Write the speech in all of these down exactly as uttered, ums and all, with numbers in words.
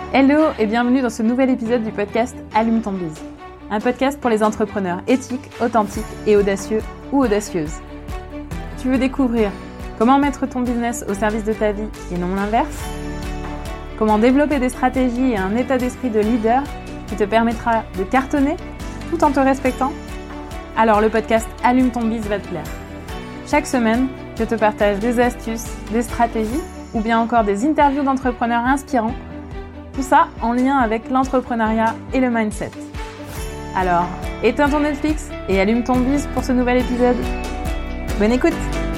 Hello et bienvenue dans ce nouvel épisode du podcast Allume ton biz. Un podcast pour les entrepreneurs éthiques, authentiques et audacieux ou audacieuses. Tu veux découvrir comment mettre ton business au service de ta vie et non l'inverse? Comment développer des stratégies et un état d'esprit de leader qui te permettra de cartonner tout en te respectant? Alors le podcast Allume ton biz va te plaire. Chaque semaine, je te partage des astuces, des stratégies ou bien encore des interviews d'entrepreneurs inspirants. Tout ça en lien avec l'entrepreneuriat et le mindset. Alors, éteins ton Netflix et allume ton biz pour ce nouvel épisode. Bonne écoute!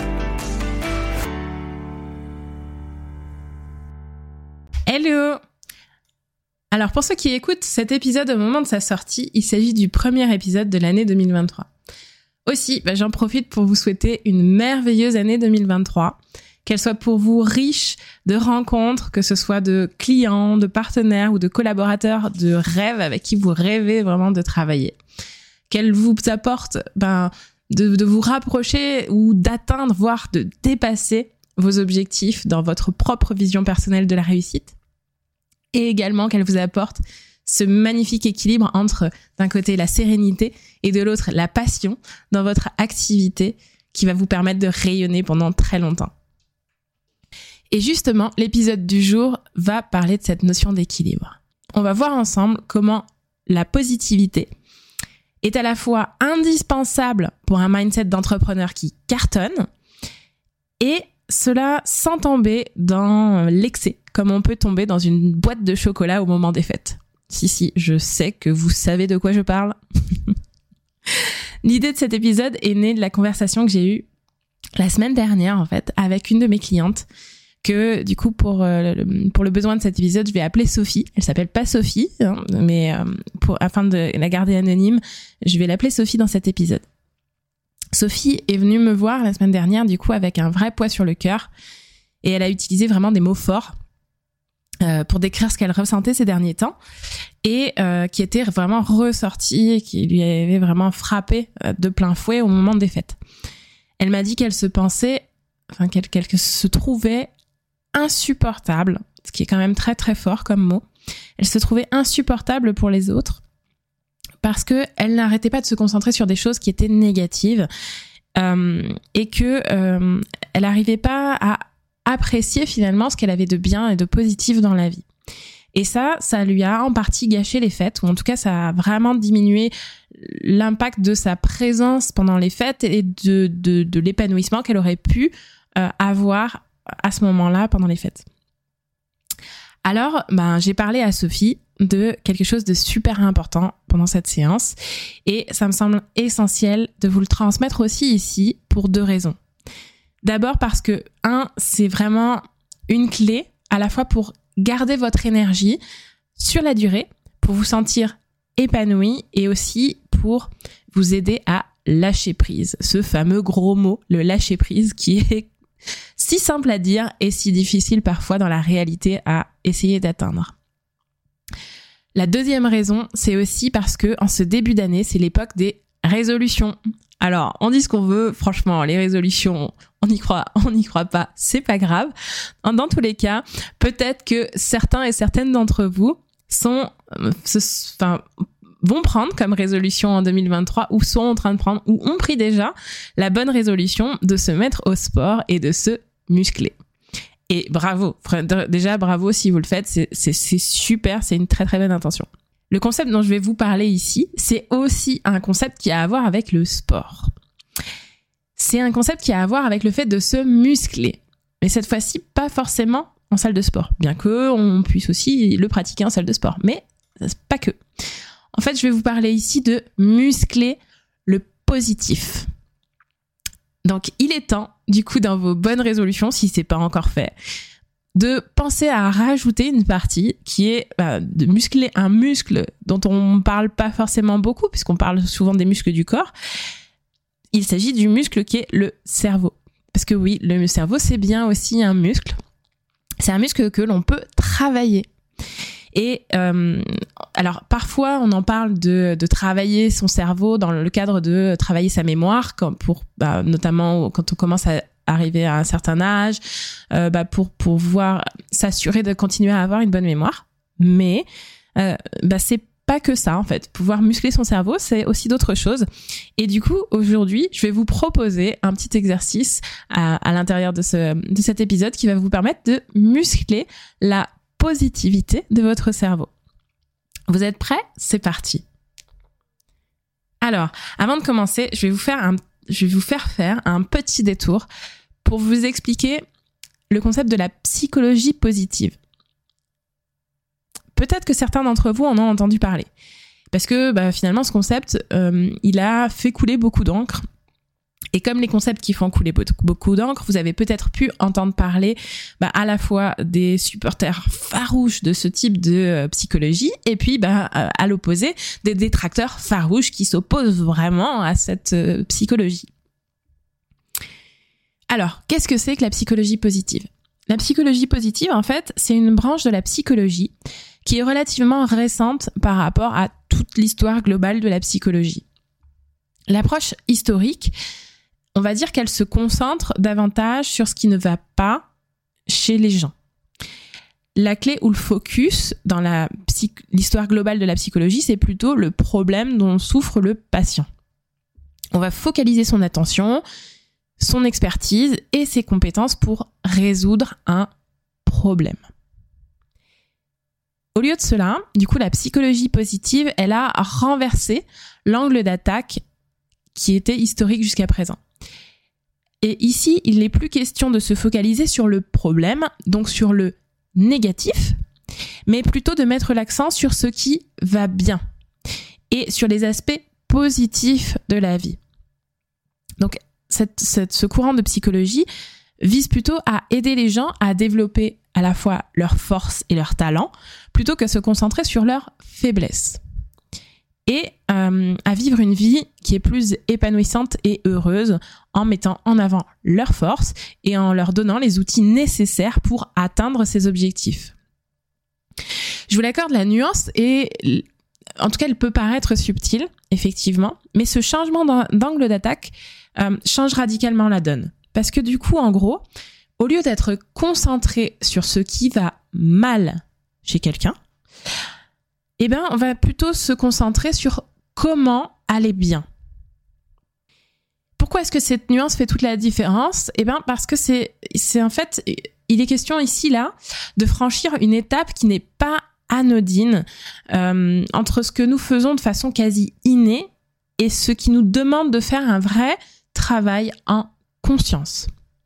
Hello! Alors pour ceux qui écoutent cet épisode au moment de sa sortie, il s'agit du premier épisode de l'année deux mille vingt-trois. Aussi, bah, j'en profite pour vous souhaiter une merveilleuse année deux mille vingt-trois. Qu'elle soit pour vous riche de rencontres, que ce soit de clients, de partenaires ou de collaborateurs de rêve avec qui vous rêvez vraiment de travailler. Qu'elle vous apporte ben, de, de vous rapprocher ou d'atteindre, voire de dépasser vos objectifs dans votre propre vision personnelle de la réussite. Et également qu'elle vous apporte ce magnifique équilibre entre, d'un côté, la sérénité et de l'autre, la passion dans votre activité qui va vous permettre de rayonner pendant très longtemps. Et justement, l'épisode du jour va parler de cette notion d'équilibre. On va voir ensemble comment la positivité est à la fois indispensable pour un mindset d'entrepreneur qui cartonne et cela sans tomber dans l'excès, comme on peut tomber dans une boîte de chocolat au moment des fêtes. Si, si, je sais que vous savez de quoi je parle. L'idée de cet épisode est née de la conversation que j'ai eue la semaine dernière, en fait, avec une de mes clientes que, du coup, pour, euh, pour le besoin de cet épisode, je vais appeler Sophie. Elle s'appelle pas Sophie, hein, mais euh, pour, afin de la garder anonyme, je vais l'appeler Sophie dans cet épisode. Sophie est venue me voir la semaine dernière, du coup, avec un vrai poids sur le cœur, et elle a utilisé vraiment des mots forts euh, pour décrire ce qu'elle ressentait ces derniers temps, et euh, qui était vraiment ressorti, et qui lui avait vraiment frappé euh, de plein fouet au moment des fêtes. Elle m'a dit qu'elle se pensait, enfin qu'elle, qu'elle se trouvait insupportable, ce qui est quand même très très fort comme mot. Elle se trouvait insupportable pour les autres parce que elle n'arrêtait pas de se concentrer sur des choses qui étaient négatives euh, et que euh, elle n'arrivait pas à apprécier finalement ce qu'elle avait de bien et de positif dans la vie. Et ça, ça lui a en partie gâché les fêtes, ou en tout cas ça a vraiment diminué l'impact de sa présence pendant les fêtes et de, de, de l'épanouissement qu'elle aurait pu euh, avoir à ce moment-là pendant les fêtes. Alors, ben, j'ai parlé à Sophie de quelque chose de super important pendant cette séance et ça me semble essentiel de vous le transmettre aussi ici pour deux raisons. D'abord parce que, un, c'est vraiment une clé à la fois pour garder votre énergie sur la durée, pour vous sentir épanoui et aussi pour vous aider à lâcher prise. Ce fameux gros mot, le lâcher prise, qui est si simple à dire et si difficile parfois dans la réalité à essayer d'atteindre. La deuxième raison, c'est aussi parce que en ce début d'année, c'est l'époque des résolutions. Alors, on dit ce qu'on veut, franchement, les résolutions, on y croit, on n'y croit pas, c'est pas grave. Dans tous les cas, peut-être que certains et certaines d'entre vous sont, enfin, vont prendre comme résolution en deux mille vingt-trois ou sont en train de prendre ou ont pris déjà la bonne résolution de se mettre au sport et de se muscler. Et bravo, déjà bravo si vous le faites, c'est, c'est, c'est super, c'est une très très bonne intention. Le concept dont je vais vous parler ici, c'est aussi un concept qui a à voir avec le sport. C'est un concept qui a à voir avec le fait de se muscler. Mais cette fois-ci, pas forcément en salle de sport, bien qu'on puisse aussi le pratiquer en salle de sport, mais pas que. En fait, je vais vous parler ici de muscler le positif. Donc, il est temps, du coup, dans vos bonnes résolutions, si c'est pas encore fait, de penser à rajouter une partie qui est bah, de muscler un muscle dont on parle pas forcément beaucoup, puisqu'on parle souvent des muscles du corps. Il s'agit du muscle qui est le cerveau. Parce que oui, le cerveau, c'est bien aussi un muscle. C'est un muscle que l'on peut travailler. Et euh, alors parfois on en parle de, de travailler son cerveau dans le cadre de travailler sa mémoire, comme pour bah, notamment quand on commence à arriver à un certain âge, euh, bah, pour pouvoir s'assurer de continuer à avoir une bonne mémoire. Mais euh, bah, c'est pas que ça en fait. Pouvoir muscler son cerveau, c'est aussi d'autres choses. Et du coup, aujourd'hui, je vais vous proposer un petit exercice à, à l'intérieur de, ce, de cet épisode qui va vous permettre de muscler la positivité de votre cerveau. Vous êtes prêts ? C'est parti. Alors, avant de commencer, je vais vous faire un, je vais vous faire faire un petit détour pour vous expliquer le concept de la psychologie positive. Peut-être que certains d'entre vous en ont entendu parler. Parce que bah, finalement, ce concept, euh, il a fait couler beaucoup d'encre. Et comme les concepts qui font couler beaucoup d'encre, vous avez peut-être pu entendre parler bah, à la fois des supporters farouches de ce type de euh, psychologie et puis bah, à l'opposé, des détracteurs farouches qui s'opposent vraiment à cette euh, psychologie. Alors, qu'est-ce que c'est que la psychologie positive ? La psychologie positive, en fait, c'est une branche de la psychologie qui est relativement récente par rapport à toute l'histoire globale de la psychologie. L'approche historique, on va dire qu'elle se concentre davantage sur ce qui ne va pas chez les gens. La clé ou le focus dans la psy- l'histoire globale de la psychologie, c'est plutôt le problème dont souffre le patient. On va focaliser son attention, son expertise et ses compétences pour résoudre un problème. Au lieu de cela, du coup, la psychologie positive, elle a renversé l'angle d'attaque qui était historique jusqu'à présent. Et ici, il n'est plus question de se focaliser sur le problème, donc sur le négatif, mais plutôt de mettre l'accent sur ce qui va bien et sur les aspects positifs de la vie. Donc, cette, cette, ce courant de psychologie vise plutôt à aider les gens à développer à la fois leurs forces et leurs talents, plutôt que se concentrer sur leurs faiblesses. Et euh, à vivre une vie qui est plus épanouissante et heureuse en mettant en avant leurs forces et en leur donnant les outils nécessaires pour atteindre ces objectifs. Je vous l'accorde, la nuance est, en tout cas, elle peut paraître subtile, effectivement, mais ce changement d'angle d'attaque euh, change radicalement la donne. Parce que du coup, en gros, au lieu d'être concentré sur ce qui va mal chez quelqu'un, eh ben, on va plutôt se concentrer sur comment aller bien. Pourquoi est-ce que cette nuance fait toute la différence ? Eh ben, parce que c'est, c'est en fait, il est question ici, là, de franchir une étape qui n'est pas anodine euh, entre ce que nous faisons de façon quasi innée et ce qui nous demande de faire un vrai travail en conscience.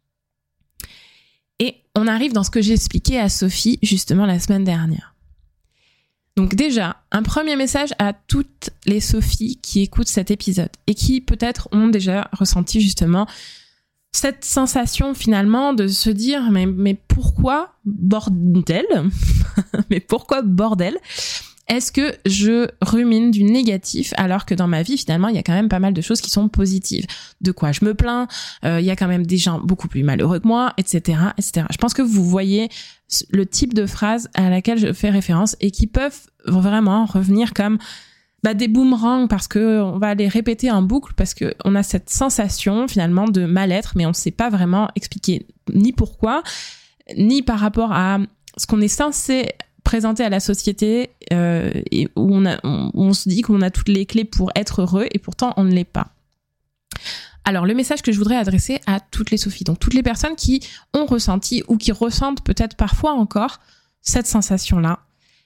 Et on arrive dans ce que j'ai expliqué à Sophie justement la semaine dernière. Donc déjà, un premier message à toutes les Sophies qui écoutent cet épisode et qui peut-être ont déjà ressenti justement cette sensation finalement de se dire mais, mais pourquoi bordel mais pourquoi bordel est-ce que je rumine du négatif alors que dans ma vie, finalement, il y a quand même pas mal de choses qui sont positives. De quoi je me plains, euh, il y a quand même des gens beaucoup plus malheureux que moi, et cetera, et cetera. Je pense que vous voyez le type de phrase à laquelle je fais référence et qui peuvent vraiment revenir comme bah, des boomerangs parce que on va les répéter en boucle parce que on a cette sensation finalement de mal-être, mais on ne sait pas vraiment expliquer ni pourquoi, ni par rapport à ce qu'on est censé présenté à la société euh, et où on, a, on, on se dit qu'on a toutes les clés pour être heureux et pourtant on ne l'est pas. Alors le message que je voudrais adresser à toutes les Sophies, donc toutes les personnes qui ont ressenti ou qui ressentent peut-être parfois encore cette sensation-là,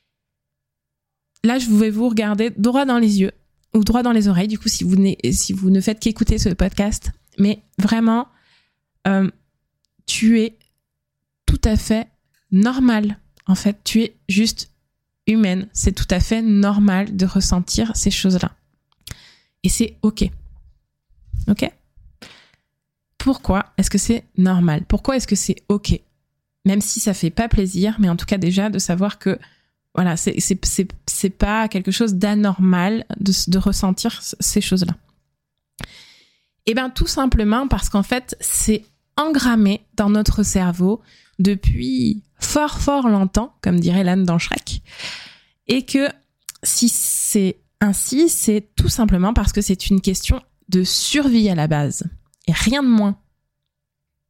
là je vais vous regarder droit dans les yeux ou droit dans les oreilles du coup si vous, si vous ne faites qu'écouter ce podcast, mais vraiment euh, tu es tout à fait normal. En fait, tu es juste humaine. C'est tout à fait normal de ressentir ces choses-là. Et c'est OK. OK ? Pourquoi est-ce que c'est normal ? Pourquoi est-ce que c'est OK ? Même si ça fait pas plaisir, mais en tout cas déjà de savoir que voilà, c'est, c'est, c'est, c'est pas quelque chose d'anormal de, de ressentir ces choses-là. Eh bien, tout simplement parce qu'en fait, c'est engrammé dans notre cerveau depuis fort fort longtemps, comme dirait l'âne dans Shrek, et que si c'est ainsi, c'est tout simplement parce que c'est une question de survie à la base, et rien de moins.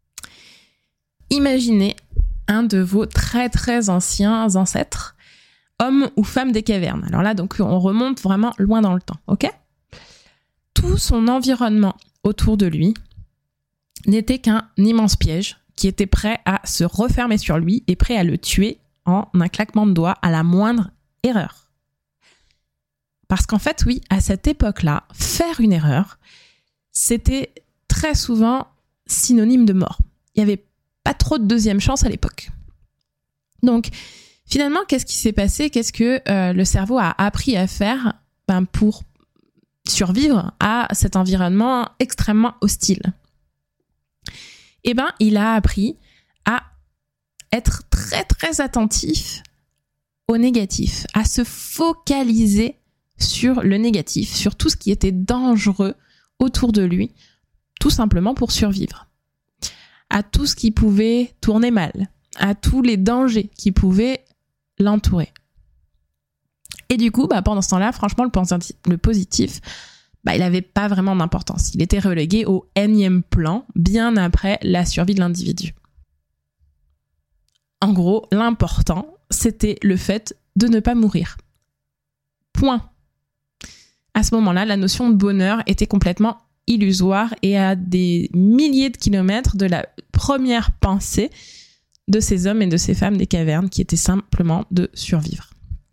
Imaginez un de vos très très anciens ancêtres homme ou femme des cavernes. Alors là, donc, on remonte vraiment loin dans le temps, ok ? Tout son environnement autour de lui n'était qu'un immense piège qui était prêt à se refermer sur lui et prêt à le tuer en un claquement de doigts à la moindre erreur. Parce qu'en fait, oui, à cette époque-là, faire une erreur, c'était très souvent synonyme de mort. Il n'y avait pas trop de deuxième chance à l'époque. Donc, finalement, qu'est-ce qui s'est passé ? Qu'est-ce que euh, le cerveau a appris à faire ben, pour survivre à cet environnement extrêmement hostile ? Eh ben, il a appris à être très, très attentif au négatif, à se focaliser sur le négatif, sur tout ce qui était dangereux autour de lui, tout simplement pour survivre. À tout ce qui pouvait tourner mal, à tous les dangers qui pouvaient l'entourer. Et du coup, bah, pendant ce temps-là, franchement, le positif, bah, il n'avait pas vraiment d'importance. Il était relégué au énième plan, bien après la survie de l'individu. En gros, l'important, c'était le fait de ne pas mourir. Point. À ce moment-là, la notion de bonheur était complètement illusoire et à des milliers de kilomètres de la première pensée de ces hommes et de ces femmes des cavernes qui était simplement de survivre.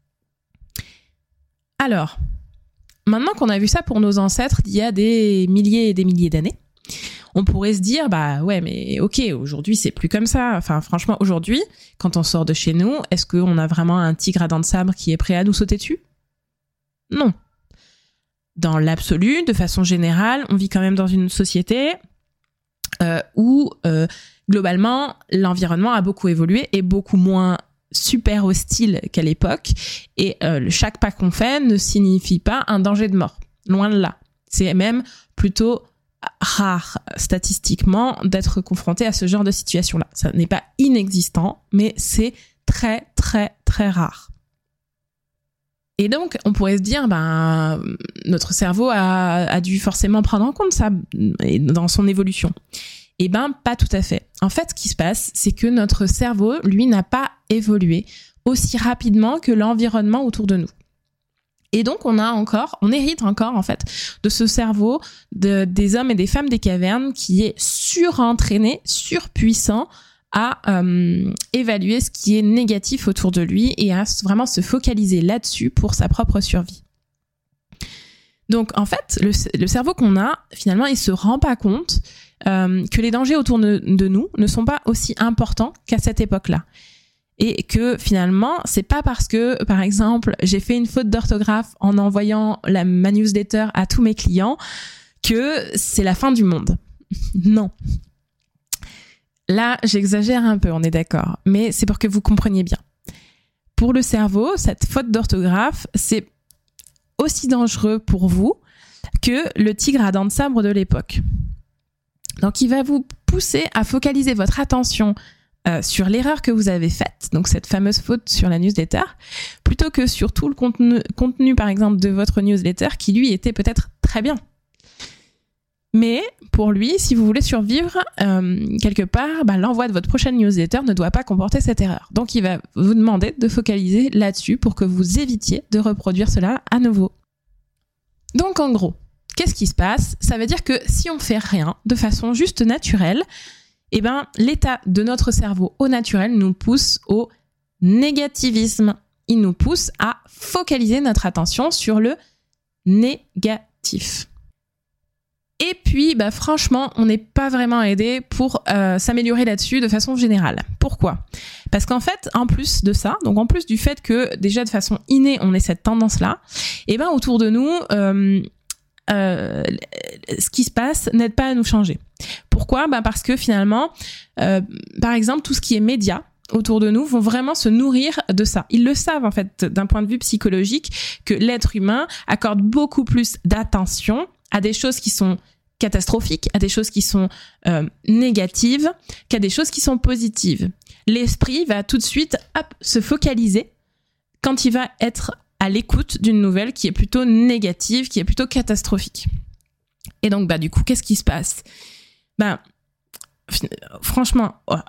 Alors, maintenant qu'on a vu ça pour nos ancêtres d'il y a des milliers et des milliers d'années, on pourrait se dire, bah ouais, mais ok, aujourd'hui c'est plus comme ça. Enfin, franchement, aujourd'hui, quand on sort de chez nous, est-ce qu'on a vraiment un tigre à dents de sabre qui est prêt à nous sauter dessus ? Non. Dans l'absolu, de façon générale, on vit quand même dans une société euh, où, euh, globalement, l'environnement a beaucoup évolué et beaucoup moins super hostile qu'à l'époque. Et euh, chaque pas qu'on fait ne signifie pas un danger de mort. Loin de là. C'est même plutôt rare, statistiquement, d'être confronté à ce genre de situation-là. Ça n'est pas inexistant, mais c'est très, très, très rare. Et donc, on pourrait se dire, ben, notre cerveau a, a dû forcément prendre en compte ça dans son évolution. Eh ben, pas tout à fait. En fait, ce qui se passe, c'est que notre cerveau, lui, n'a pas évolué aussi rapidement que l'environnement autour de nous. Et donc, on a encore, on hérite encore, en fait, de ce cerveau de, des hommes et des femmes des cavernes qui est surentraîné, surpuissant à euh, évaluer ce qui est négatif autour de lui et à vraiment se focaliser là-dessus pour sa propre survie. Donc, en fait, le, le cerveau qu'on a, finalement, il se rend pas compte euh, que les dangers autour de, de nous ne sont pas aussi importants qu'à cette époque-là. Et que finalement, c'est pas parce que, par exemple, j'ai fait une faute d'orthographe en envoyant la, ma newsletter à tous mes clients que c'est la fin du monde. Non. Là, j'exagère un peu, on est d'accord, mais c'est pour que vous compreniez bien. Pour le cerveau, cette faute d'orthographe, c'est aussi dangereux pour vous que le tigre à dents de sabre de l'époque. Donc, il va vous pousser à focaliser votre attention euh, sur l'erreur que vous avez faite, donc cette fameuse faute sur la newsletter, plutôt que sur tout le contenu, contenu, par exemple, de votre newsletter qui, lui, était peut-être très bien. Mais pour lui, si vous voulez survivre euh, quelque part, bah, l'envoi de votre prochaine newsletter ne doit pas comporter cette erreur. Donc il va vous demander de focaliser là-dessus pour que vous évitiez de reproduire cela à nouveau. Donc en gros, qu'est-ce qui se passe ? Ça veut dire que si on fait rien de façon juste naturelle, eh ben, l'état de notre cerveau au naturel nous pousse au négativisme. Il nous pousse à focaliser notre attention sur le négatif. Et puis, bah, franchement, on n'est pas vraiment aidé pour euh, s'améliorer là-dessus de façon générale. Pourquoi ? Parce qu'en fait, en plus de ça, donc en plus du fait que déjà de façon innée, on ait cette tendance-là, et ben autour de nous, euh, euh, ce qui se passe n'aide pas à nous changer. Pourquoi ? Bah, parce que finalement, euh, par exemple, tout ce qui est médias autour de nous vont vraiment se nourrir de ça. Ils le savent en fait d'un point de vue psychologique que l'être humain accorde beaucoup plus d'attention à des choses qui sont catastrophiques, à des choses qui sont euh, négatives, qu'à des choses qui sont positives. L'esprit va tout de suite hop, se focaliser quand il va être à l'écoute d'une nouvelle qui est plutôt négative, qui est plutôt catastrophique. Et donc, bah, du coup, qu'est-ce qui se passe ? Bah, franchement,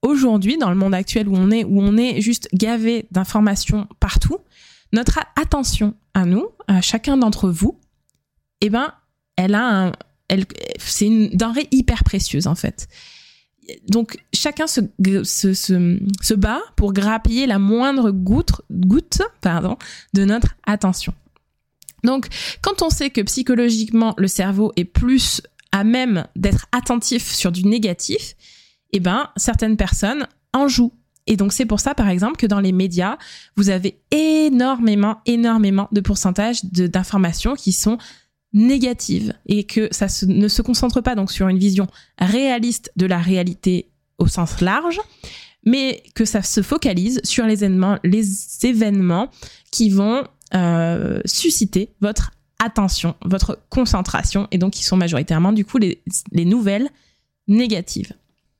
aujourd'hui, dans le monde actuel où on est, où on est juste gavé d'informations partout, notre attention à nous, à chacun d'entre vous, eh ben, elle a un, elle, c'est une denrée hyper précieuse en fait. Donc chacun se, se, se, se bat pour grappiller la moindre goutte, goutte pardon, de notre attention. Donc quand on sait que psychologiquement le cerveau est plus à même d'être attentif sur du négatif, eh ben certaines personnes en jouent. Et donc c'est pour ça par exemple que dans les médias, vous avez énormément, énormément de pourcentages de, d'informations qui sont négative et que ça se, ne se concentre pas donc sur une vision réaliste de la réalité au sens large, mais que ça se focalise sur les événements, les événements qui vont euh, susciter votre attention, votre concentration, et donc qui sont majoritairement du coup les, les nouvelles négatives.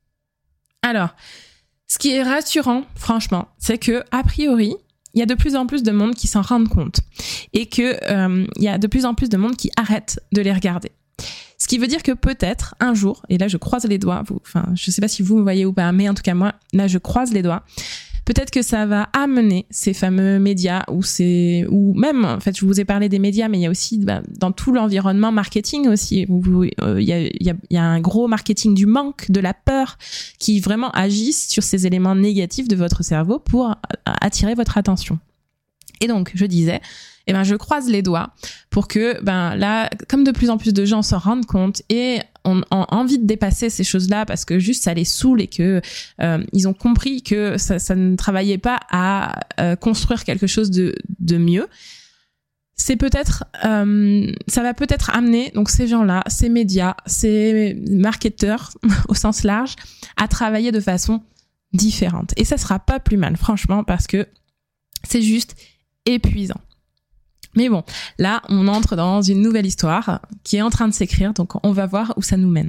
Alors, ce qui est rassurant, franchement, c'est que a priori, il y a de plus en plus de monde qui s'en rendent compte et que euh, il y a de plus en plus de monde qui arrête de les regarder. Ce qui veut dire que peut-être un jour, et là je croise les doigts, vous, enfin je sais pas si vous me voyez ou pas, mais en tout cas moi là je croise les doigts. Peut-être que ça va amener ces fameux médias ou ces ou même en fait je vous ai parlé des médias, mais il y a aussi bah, dans tout l'environnement marketing aussi où il euh, y a il y a il y a un gros marketing du manque, de la peur qui vraiment agissent sur ces éléments négatifs de votre cerveau pour attirer votre attention. Et donc je disais eh ben je croise les doigts pour que ben là comme de plus en plus de gens s'en rendent compte et ont envie de dépasser ces choses-là parce que juste ça les saoule et que euh, ils ont compris que ça, ça ne travaillait pas à euh, construire quelque chose de de mieux. C'est peut-être euh, ça va peut-être amener donc ces gens-là, ces médias, ces marketeurs au sens large à travailler de façon différente. Et ça sera pas plus mal franchement parce que c'est juste épuisant. Mais bon, là, on entre dans une nouvelle histoire qui est en train de s'écrire, donc on va voir où ça nous mène.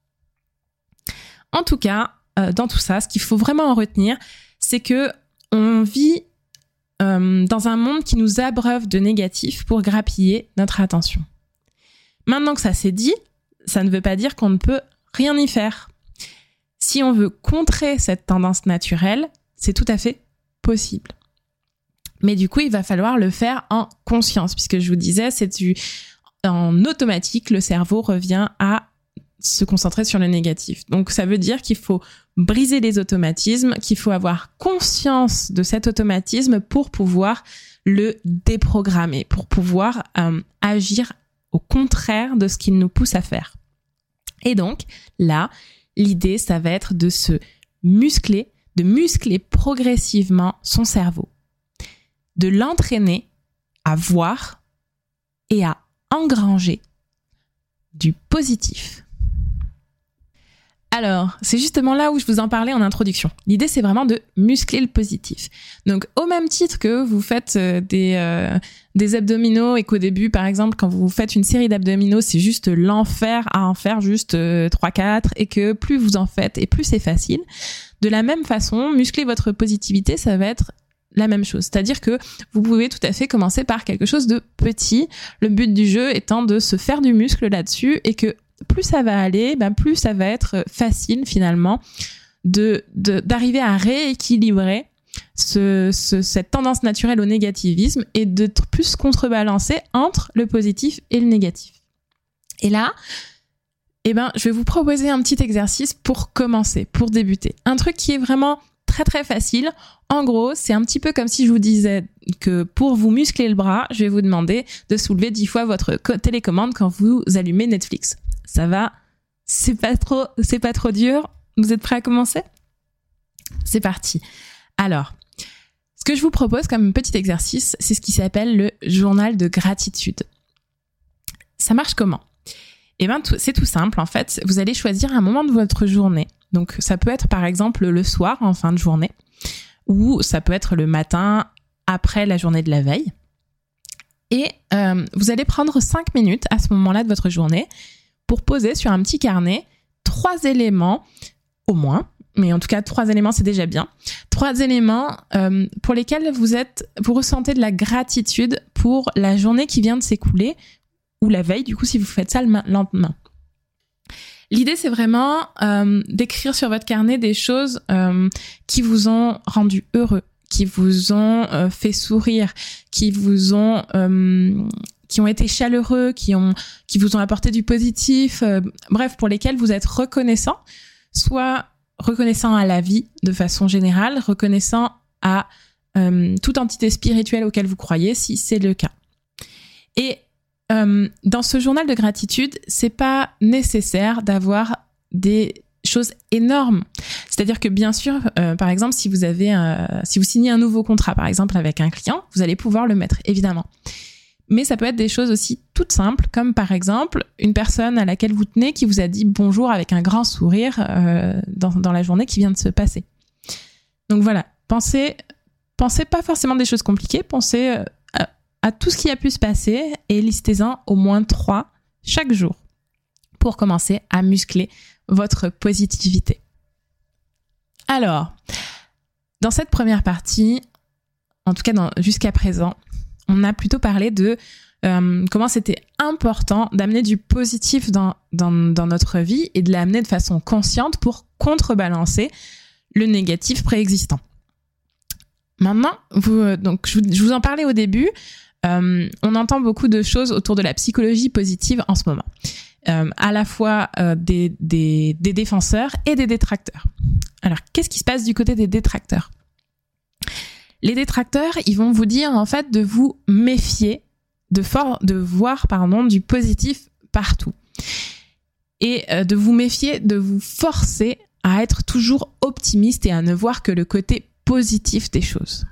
En tout cas, euh, dans tout ça, ce qu'il faut vraiment en retenir, c'est que on vit euh, dans un monde qui nous abreuve de négatif pour grappiller notre attention. Maintenant que ça s'est dit, ça ne veut pas dire qu'on ne peut rien y faire. Si on veut contrer cette tendance naturelle, c'est tout à fait possible. Mais du coup, il va falloir le faire en conscience, puisque je vous disais, c'est du, en automatique, le cerveau revient à se concentrer sur le négatif. Donc, ça veut dire qu'il faut briser les automatismes, qu'il faut avoir conscience de cet automatisme pour pouvoir le déprogrammer, pour pouvoir euh, agir au contraire de ce qu'il nous pousse à faire. Et donc, là, l'idée, ça va être de se muscler, de muscler progressivement son cerveau, de l'entraîner à voir et à engranger du positif. Alors, c'est justement là où je vous en parlais en introduction. L'idée, c'est vraiment de muscler le positif. Donc, au même titre que vous faites euh, des, euh, des abdominaux et qu'au début, par exemple, quand vous faites une série d'abdominaux, c'est juste l'enfer à en faire juste euh, trois quatre et que plus vous en faites et plus c'est facile. De la même façon, muscler votre positivité, ça va être la même chose. C'est-à-dire que vous pouvez tout à fait commencer par quelque chose de petit. Le but du jeu étant de se faire du muscle là-dessus et que plus ça va aller, ben plus ça va être facile finalement de, de d'arriver à rééquilibrer ce, ce, cette tendance naturelle au négativisme et de plus contrebalancer entre le positif et le négatif. Et là, eh ben, je vais vous proposer un petit exercice pour commencer, pour débuter. Un truc qui est vraiment très très facile. En gros, c'est un petit peu comme si je vous disais que pour vous muscler le bras, je vais vous demander de soulever dix fois votre télécommande quand vous allumez Netflix. Ça va? C'est pas trop, c'est pas trop dur? Vous êtes prêts à commencer? C'est parti. Alors, ce que je vous propose comme petit exercice, c'est ce qui s'appelle le journal de gratitude. Ça marche comment? Eh ben, tout, c'est tout simple, en fait. Vous allez choisir un moment de votre journée. Donc, ça peut être, par exemple, le soir, en fin de journée, ou ça peut être le matin, après la journée de la veille. Et euh, vous allez prendre cinq minutes à ce moment-là de votre journée pour poser sur un petit carnet trois éléments, au moins, mais en tout cas, trois éléments, c'est déjà bien. Trois éléments euh, pour lesquels vous êtes, vous ressentez de la gratitude pour la journée qui vient de s'écouler, ou la veille, du coup, si vous faites ça le lendemain. L'idée, c'est vraiment euh, d'écrire sur votre carnet des choses euh, qui vous ont rendu heureux, qui vous ont euh, fait sourire, qui vous ont euh, qui ont été chaleureux, qui ont qui vous ont apporté du positif, euh, bref, pour lesquels vous êtes reconnaissant, soit reconnaissant à la vie de façon générale, reconnaissant à euh, toute entité spirituelle auquel vous croyez, si c'est le cas. Et euh, dans ce journal de gratitude, c'est pas nécessaire d'avoir des choses énormes. C'est-à-dire que bien sûr, euh, par exemple, si vous avez, un, si vous signez un nouveau contrat, par exemple avec un client, vous allez pouvoir le mettre, évidemment. Mais ça peut être des choses aussi toutes simples, comme par exemple une personne à laquelle vous tenez qui vous a dit bonjour avec un grand sourire euh, dans, dans la journée qui vient de se passer. Donc voilà, pensez, pensez pas forcément des choses compliquées, pensez euh, à, à tout ce qui a pu se passer et listez-en au moins trois chaque jour pour commencer à muscler votre positivité. Alors, dans cette première partie, en tout cas dans, jusqu'à présent, on a plutôt parlé de euh, comment c'était important d'amener du positif dans, dans, dans notre vie et de l'amener de façon consciente pour contrebalancer le négatif préexistant. Maintenant, vous, donc, je, je vous en parlais au début, euh, on entend beaucoup de choses autour de la psychologie positive en ce moment. Euh, à la fois euh, des, des, des défenseurs et des détracteurs. Alors, qu'est-ce qui se passe du côté des détracteurs ? Les détracteurs, ils vont vous dire en fait de vous méfier, de, for- de voir pardon, du positif partout. Et euh, de vous méfier, de vous forcer à être toujours optimiste et à ne voir que le côté positif des choses.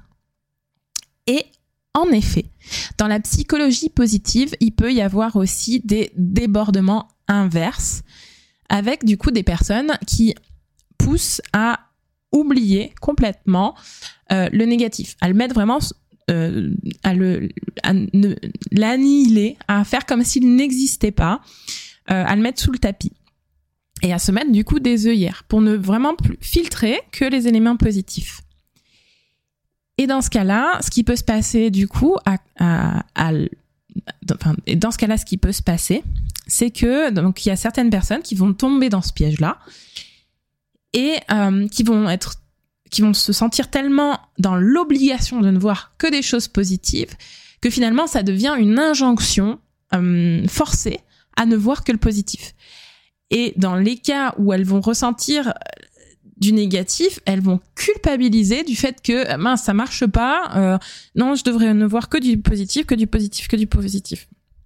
Et en effet, dans la psychologie positive, il peut y avoir aussi des débordements inverses, avec du coup des personnes qui poussent à oublier complètement euh, le négatif, à le mettre vraiment, euh, à, le, à ne, l'annihiler, à faire comme s'il n'existait pas, euh, à le mettre sous le tapis. Et à se mettre du coup des œillères pour ne vraiment plus filtrer que les éléments positifs. Et dans ce cas-là, ce qui peut se passer du coup, à, à, à, enfin, dans ce cas-là, ce qui peut se passer, c'est que donc il y a certaines personnes qui vont tomber dans ce piège-là et euh, qui vont être, qui vont se sentir tellement dans l'obligation de ne voir que des choses positives que finalement ça devient une injonction euh, forcée à ne voir que le positif. Et dans les cas où elles vont ressentir du négatif, elles vont culpabiliser du fait que mince, ça marche pas, euh, non, je devrais ne voir que du positif, que du positif, que du positif.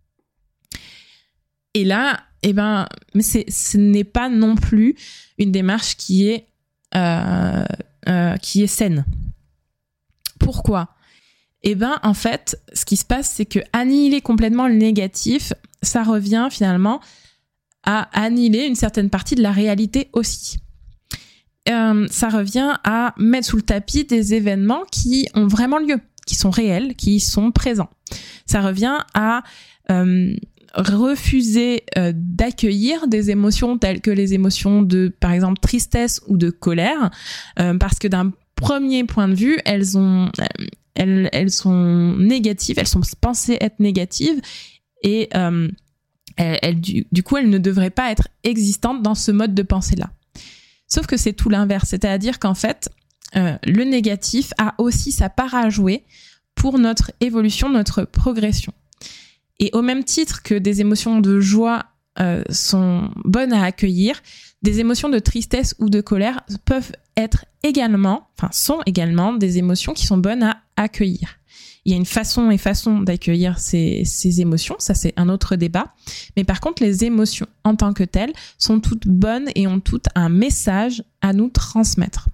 Et là, eh ben, mais c'est, ce n'est pas non plus une démarche qui est euh, euh, qui est saine. Pourquoi ? Eh ben, en fait, ce qui se passe, c'est que annihiler complètement le négatif, ça revient finalement à annihiler une certaine partie de la réalité aussi. Euh, ça revient à mettre sous le tapis des événements qui ont vraiment lieu, qui sont réels, qui sont présents. Ça revient à euh, refuser euh, d'accueillir des émotions telles que les émotions de, par exemple, tristesse ou de colère, euh, parce que d'un premier point de vue, elles ont, elles, elles sont négatives, elles sont pensées être négatives, et euh, elles, elles, du, du coup, elles ne devraient pas être existantes dans ce mode de pensée-là. Sauf que c'est tout l'inverse, c'est-à-dire qu'en fait, euh, le négatif a aussi sa part à jouer pour notre évolution, notre progression. Et au même titre que des émotions de joie euh, sont bonnes à accueillir, des émotions de tristesse ou de colère peuvent être également, enfin sont également des émotions qui sont bonnes à accueillir. Il y a une façon et façon d'accueillir ces, ces émotions, ça c'est un autre débat. Mais par contre, les émotions en tant que telles sont toutes bonnes et ont toutes un message à nous transmettre.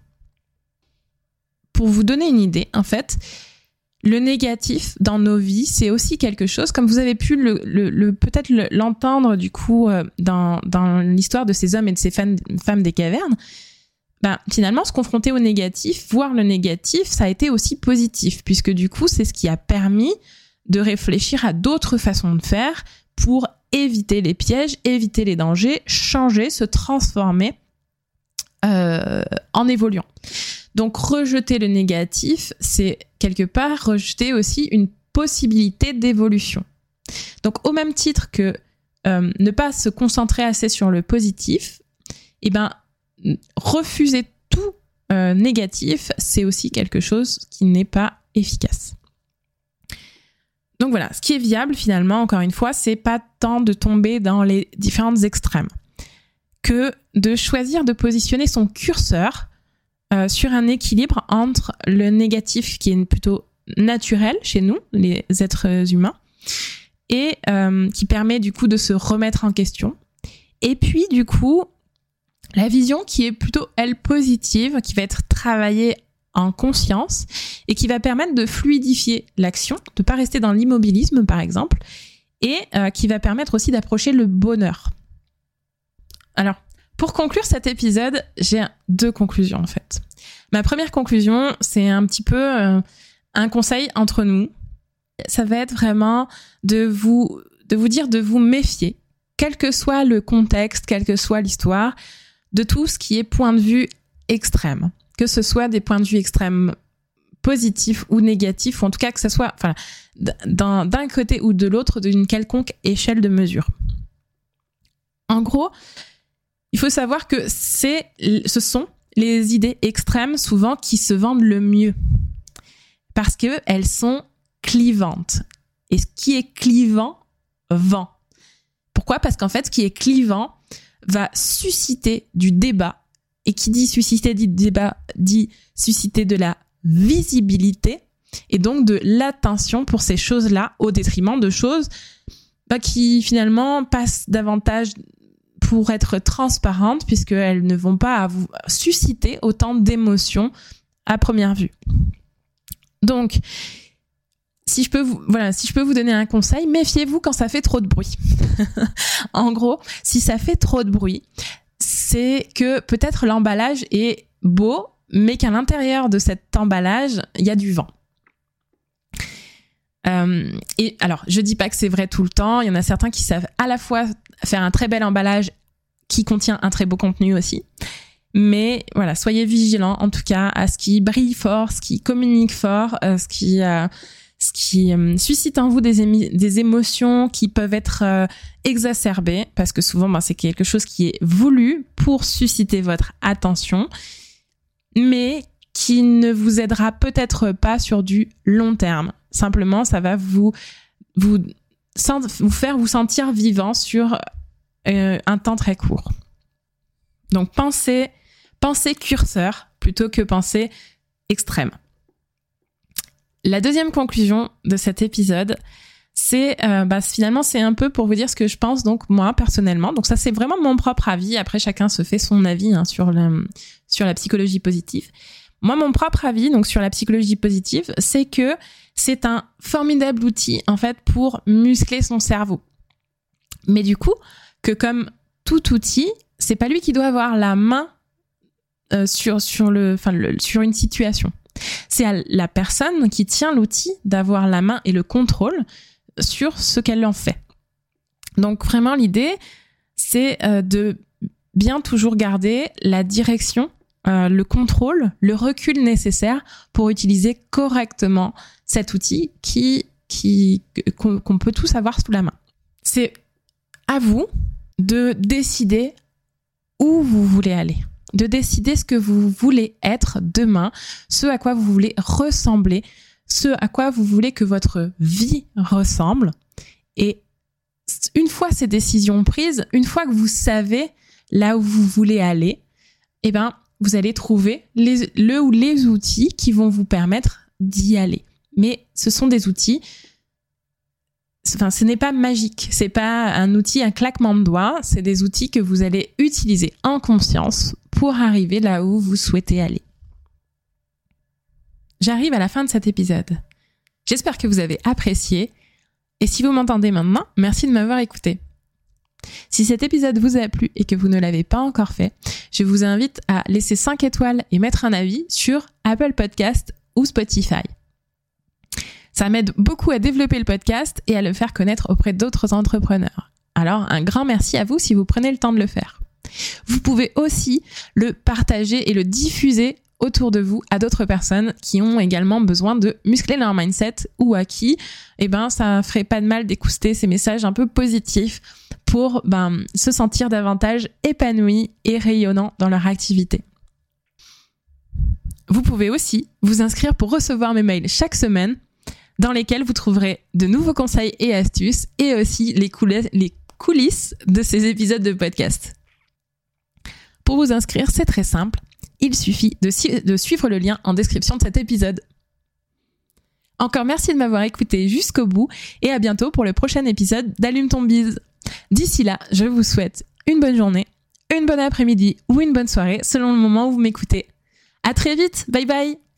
Pour vous donner une idée, en fait, le négatif dans nos vies, c'est aussi quelque chose, comme vous avez pu le, le, le, peut-être le, l'entendre du coup euh, dans, dans l'histoire de ces hommes et de ces femmes, femmes des cavernes, ben, finalement, se confronter au négatif, voir le négatif, ça a été aussi positif, puisque du coup, c'est ce qui a permis de réfléchir à d'autres façons de faire pour éviter les pièges, éviter les dangers, changer, se transformer euh, en évoluant. Donc, rejeter le négatif, c'est quelque part rejeter aussi une possibilité d'évolution. Donc, au même titre que euh, ne pas se concentrer assez sur le positif, et ben refuser tout euh, négatif, c'est aussi quelque chose qui n'est pas efficace. Donc voilà, ce qui est viable finalement, encore une fois, c'est pas tant de tomber dans les différentes extrêmes, que de choisir de positionner son curseur euh, sur un équilibre entre le négatif qui est plutôt naturel chez nous, les êtres humains, et euh, qui permet du coup de se remettre en question. Et puis du coup, la vision qui est plutôt, elle, positive, qui va être travaillée en conscience et qui va permettre de fluidifier l'action, de pas rester dans l'immobilisme par exemple, et euh, qui va permettre aussi d'approcher le bonheur. Alors, pour conclure cet épisode, j'ai deux conclusions en fait. Ma première conclusion, c'est un petit peu euh, un conseil entre nous. Ça va être vraiment de vous, de vous dire de vous méfier, quel que soit le contexte, quelle que soit l'histoire, de tout ce qui est point de vue extrême. Que ce soit des points de vue extrêmes positifs ou négatifs, ou en tout cas que ce soit enfin, d'un, d'un côté ou de l'autre d'une quelconque échelle de mesure. En gros, il faut savoir que c'est, ce sont les idées extrêmes souvent qui se vendent le mieux parce qu'elles sont clivantes. Et ce qui est clivant vend. Pourquoi ? Parce qu'en fait, ce qui est clivant va susciter du débat. Et qui dit susciter dit débat, dit susciter de la visibilité et donc de l'attention pour ces choses-là au détriment de choses bah, qui finalement passent davantage pour être transparentes puisqu'elles ne vont pas vous susciter autant d'émotions à première vue. Donc, si je peux vous, voilà, si je peux vous donner un conseil, méfiez-vous quand ça fait trop de bruit. En gros, si ça fait trop de bruit, c'est que peut-être l'emballage est beau, mais qu'à l'intérieur de cet emballage, il y a du vent. Euh, et alors, je dis pas que c'est vrai tout le temps. Il y en a certains qui savent à la fois faire un très bel emballage qui contient un très beau contenu aussi. Mais voilà, soyez vigilants en tout cas à ce qui brille fort, ce qui communique fort, euh, ce qui euh, ce qui euh, suscite en vous des, émi- des émotions qui peuvent être euh, exacerbées, parce que souvent ben, c'est quelque chose qui est voulu pour susciter votre attention, mais qui ne vous aidera peut-être pas sur du long terme. Simplement, ça va vous, vous, vous faire vous sentir vivant sur euh, un temps très court. Donc pensez, pensez curseur plutôt que pensez extrême. La deuxième conclusion de cet épisode, c'est euh, bah, finalement c'est un peu pour vous dire ce que je pense donc moi personnellement. Donc ça c'est vraiment mon propre avis. Après chacun se fait son avis hein, sur le, sur la psychologie positive. Moi mon propre avis donc sur la psychologie positive, c'est que c'est un formidable outil en fait pour muscler son cerveau. Mais du coup que comme tout outil, c'est pas lui qui doit avoir la main euh, sur sur le, enfin le, sur une situation. C'est à la personne qui tient l'outil d'avoir la main et le contrôle sur ce qu'elle en fait. Donc vraiment l'idée, c'est euh, de bien toujours garder la direction, euh, le contrôle, le recul nécessaire pour utiliser correctement cet outil qui, qui, qu'on, qu'on peut tous avoir sous la main. C'est à vous de décider où vous voulez aller, de décider ce que vous voulez être demain, ce à quoi vous voulez ressembler, ce à quoi vous voulez que votre vie ressemble. Et une fois ces décisions prises, une fois que vous savez là où vous voulez aller, eh ben, vous allez trouver les, le ou les outils qui vont vous permettre d'y aller. Mais ce sont des outils, enfin, ce n'est pas magique, c'est pas un outil, un claquement de doigts, c'est des outils que vous allez utiliser en conscience pour arriver là où vous souhaitez aller. J'arrive à la fin de cet épisode. J'espère que vous avez apprécié. Et si vous m'entendez maintenant, merci de m'avoir écouté. Si cet épisode vous a plu et que vous ne l'avez pas encore fait, je vous invite à laisser cinq étoiles et mettre un avis sur Apple Podcast ou Spotify. Ça m'aide beaucoup à développer le podcast et à le faire connaître auprès d'autres entrepreneurs. Alors, un grand merci à vous si vous prenez le temps de le faire. Vous pouvez aussi le partager et le diffuser autour de vous à d'autres personnes qui ont également besoin de muscler leur mindset ou à qui, eh ben, ça ferait pas de mal d'écouter ces messages un peu positifs pour ben, se sentir davantage épanouis et rayonnants dans leur activité. Vous pouvez aussi vous inscrire pour recevoir mes mails chaque semaine dans lesquels vous trouverez de nouveaux conseils et astuces et aussi les coulisses, les coulisses de ces épisodes de podcast. Pour vous inscrire, c'est très simple. Il suffit de, si- de suivre le lien en description de cet épisode. Encore merci de m'avoir écouté jusqu'au bout et à bientôt pour le prochain épisode d'Allume ton bise. D'ici là, je vous souhaite une bonne journée, une bonne après-midi ou une bonne soirée selon le moment où vous m'écoutez. À très vite, bye bye!